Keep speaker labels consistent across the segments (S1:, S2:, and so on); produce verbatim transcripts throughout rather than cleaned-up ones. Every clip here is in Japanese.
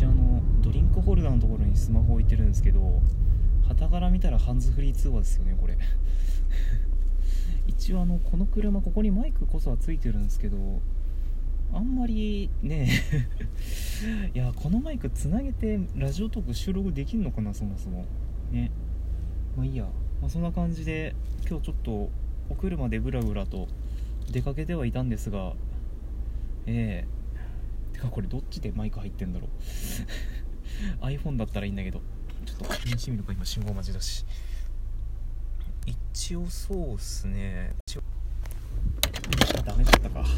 S1: ちあのドリンクホルダーのところにスマホ置いてるんですけど、傍から見たらハンズフリー通話ですよねこれ一応あのこの車ここにマイクこそはついてるんですけど、あんまりねいやこのマイクつなげてラジオトーク収録できるのかな、そもそもね。まあいいや、まあ、そんな感じで今日ちょっとお車でブラブラと出かけてはいたんですが、えー、てかこれどっちでマイク入ってんだろうiPhone だったらいいんだけど、ちょっと確認してみるか。今信号待ちだし。一応そうっすね、一応ダメだったか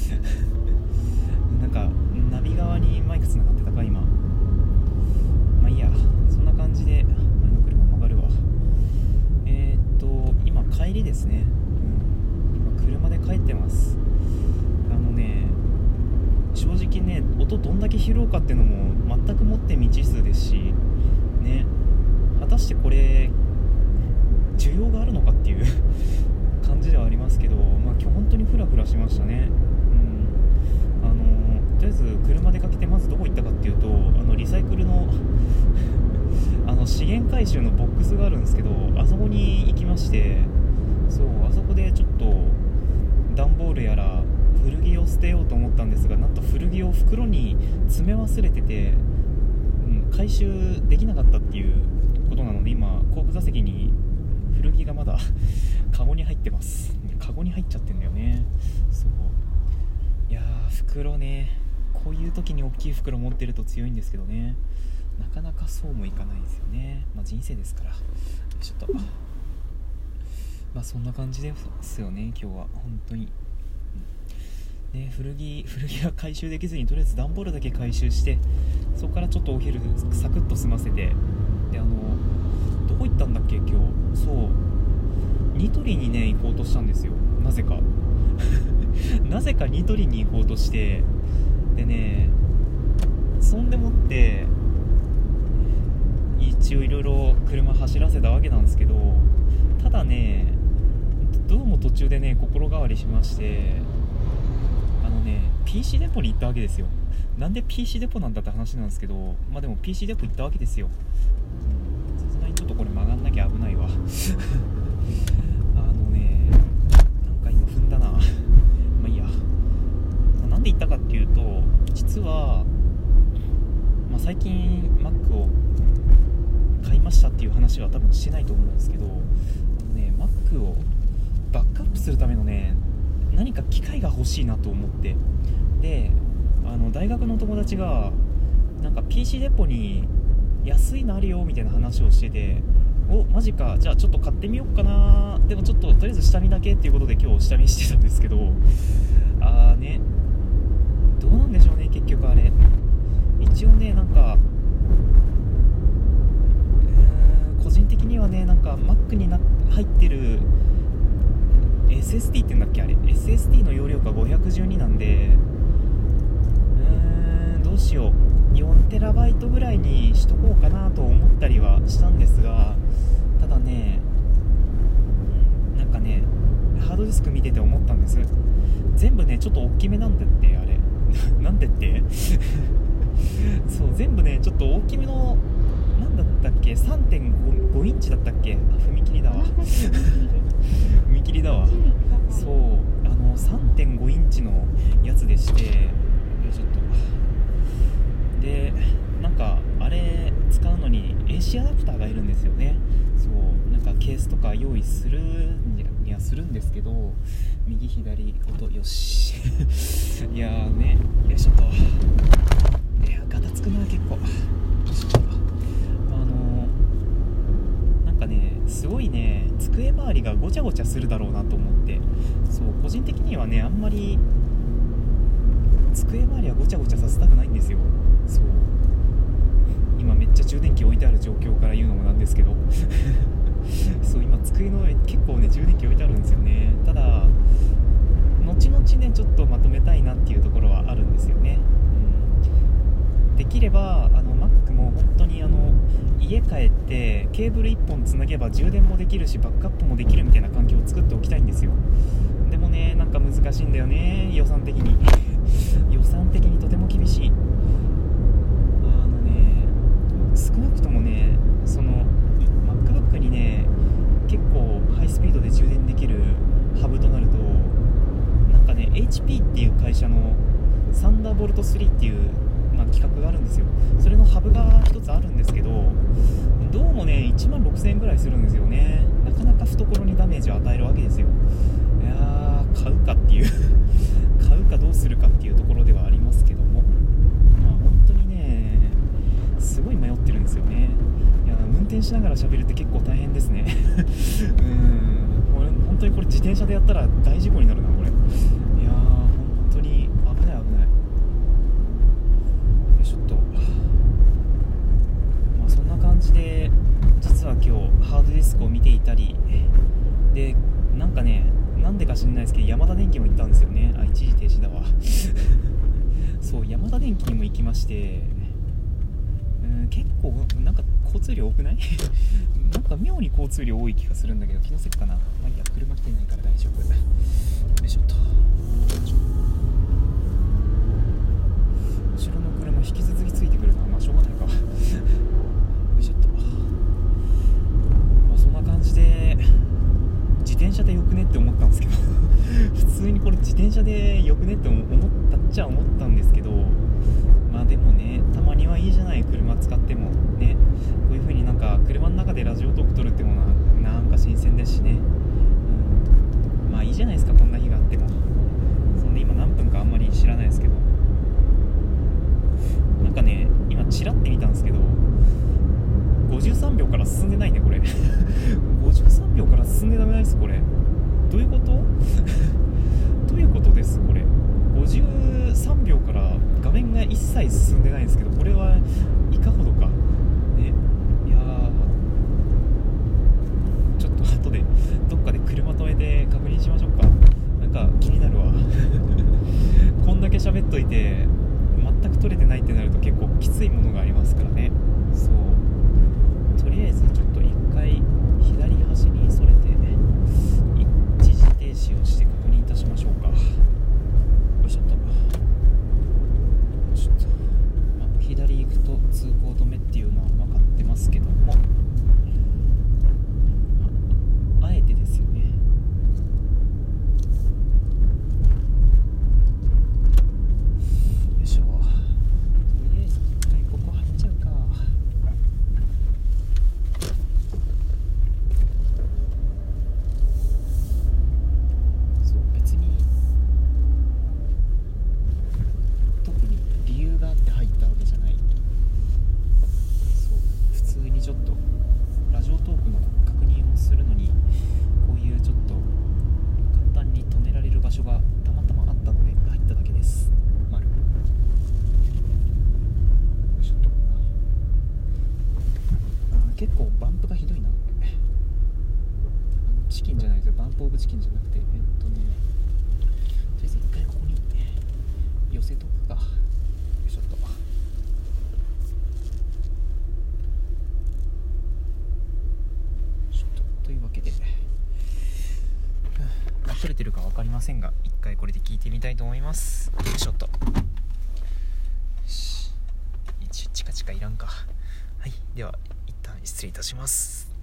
S1: なんかナビ側にマイクつながってたか今。まあいいや、そんな感じで前の車曲がるわ。えー、っと今帰りですね、うん、今車で帰ってます。あのね、正直ね、音どんだけ拾うかっていうのも全くもって未知数ですしね、果たしてこれ需要があるのかっていう感じではありますけど、まあ今日本当にフラフラしましたね。うん、あのとりあえず車出かけてまずどこ行ったかっていうと、あのリサイクルのあの資源回収のボックスがあるんですけど、あそこに行きまして、そうあそこでちょっと段ボールやら古着を捨てようと思ったんですが、なんと古着を袋に詰め忘れてて、うん、回収できなかったっていうことなので、今後部座席に古着がまだカゴに入ってます。カゴに入っちゃってんだよね。そういやー、袋ね、こういう時に大きい袋持ってると強いんですけどね、なかなかそうもいかないですよね。まあ人生ですから。よいしょっと。まあそんな感じですよね今日は本当に。ね、古着古着は回収できずにとりあえず段ボールだけ回収して、そこからちょっとお昼サクッと済ませて、であのどこ行ったんだっけ今日。そうニトリにね行こうとしたんですよ、なぜかなぜかニトリに行こうとして、でね、そんでもって一応いろいろ車走らせたわけなんですけど、ただねどうも途中でね心変わりしまして、あのね ピーシー デポに行ったわけですよ。なんで ピーシー デポなんだって話なんですけど、まあでも ピーシー デポ行ったわけですよ。さすがにちょっとこれ曲がんなきゃ危ないわあのね、なんか今踏んだなまあいいや、まあ、なんで行ったかっていうと、実は、まあ、最近 Mac を買いましたっていう話は多分してないと思うんですけど、あのね Mac をバックアップするためのね何か機械が欲しいなと思って、であの大学の友達がなんか ピーシー デポに安いのあるよみたいな話をしてて、おマジか、じゃあちょっと買ってみようかな。でもちょっととりあえず下見だけっていうことで今日下見してたんですけど、あーね、どうなんでしょうね結局あれ。一応ねなんかうーん個人的にはね、なんか Mac にな入ってる エスエスディー って言うんだっけあれ、 エスエスディー の容量がごひゃくじゅうになんで、うーんどうしよう、よんテラバイトぐらいにしとこうかなと思ったりはしたんですが、ただねなんかねハードディスク見てて思ったんです。全部ねちょっと大きめなんだってあれなんでってそう全部ねちょっと大きめの、なんだったっけ さんてんご インチだったっけ。踏切だわ踏切だわ。そうあの さんてんご インチのやつでして、ちょっとでなんかあれ使うのに エーシー アダプターがいるんですよね。そうなんかケースとか用意するにはするんですけど、右左音よしいやーね、よいしょっと、いやガタつくな結構。あのー、なんかねすごいね机周りがごちゃごちゃするだろうなと思って、そう個人的にはねあんまり机周りはごちゃごちゃさせたくないんですよ。そう今めっちゃ充電器置いてある状況から言うのもなんですけどそう今机の上に結構ね充電器置いてあるんですよね。ただ後々ねちょっとまとめたいなっていうところはあるんですよね、うん、できればあの Mac も本当にあの家帰ってケーブルいっぽんつなげば充電もできるしバックアップもできるみたいな環境を作っておきたいんですよ。でもねなんか難しいんだよね予算的に予算的にとても厳しい。あのトスリーっていう、まあ、企画があるんですよ。それのハブが一つあるんですけど、どうもねいちまんろくせんえんぐらいするんですよね。なかなか懐にダメージを与えるわけですよ。いやー買うかっていう買うかどうするかっていうところではありますけども、まあ本当にねすごい迷ってるんですよね。いや運転しながら喋るって結構大変ですねうーんこれ本当にこれ自転車でやったら大事故になるなこれ。いやー本当に危ない危ない。よいしょっと、まあ、そんな感じで実は今日ハードディスクを見ていたりで、なんかねなんでか知らないですけどヤマダ電機も行ったんですよね。あ、一時停止だわそうヤマダ電機にも行きまして、うーん結構なんか交通量多くないなんか妙に交通量多い気がするんだけど気のせいかな。まあいいや、車来てないから大丈夫。よいしょっと、後ろの車引き続きついてくるな。まあしょうがないかよいしょっと、まあ、そんな感じで自転車でよくねって思ったんですけど普通にこれ自転車でよくねって思ったっちゃ思ったんですけど、まあでもねたまにはいいじゃない、車使ってもね。こういう風になんか車の中でラジオトーク撮るってものはなんか新鮮ですしね、うん、まあいいじゃないですかこんな日があっても。そんで今何分かあんまり知らないですけど、なんかね今チラって見たんですけどごじゅうさんびょうから進んでないねこれごじゅうさんびょうから進んでダメないですこれ。どういうことどういうことですこれ。ごじゅうさんびょうから画面が一切進んでないんですけど、これはいかほどかね。いやーちょっと後でどっかで車止めて確認しましょうか。なんか気になるわこんだけ喋っといて全く撮れてないってなると結構きついものがありますからね。そうとりあえずちょっと一回左端にそれて一時停止をして確認いたしましょうか。よいしょっと、よいしょっと、まあ、左行くと通行止めっていうのは分かってますけども、まあ、あえてですよね。よいしょ、とりあえず一回ここ入っちゃうか。そう別に特に理由があって入ったわけじゃない。そう普通にちょっとラジオトークの確認をするのにこういうちょっと簡単に止められる場所がたまたまあったので入っただけです。丸。よいしょっと、あ結構バンプがひどいな。あのチキンじゃないですよ、バンプオブチキンじゃなくてえっとねとりあえず一回ここに寄せとくか。よいしょっと、というわけで、まあ、撮れてるか分かりませんが一回これで聞いてみたいと思います。よいしょっと、よしチカチカいらんか。はい、では一旦失礼いたします。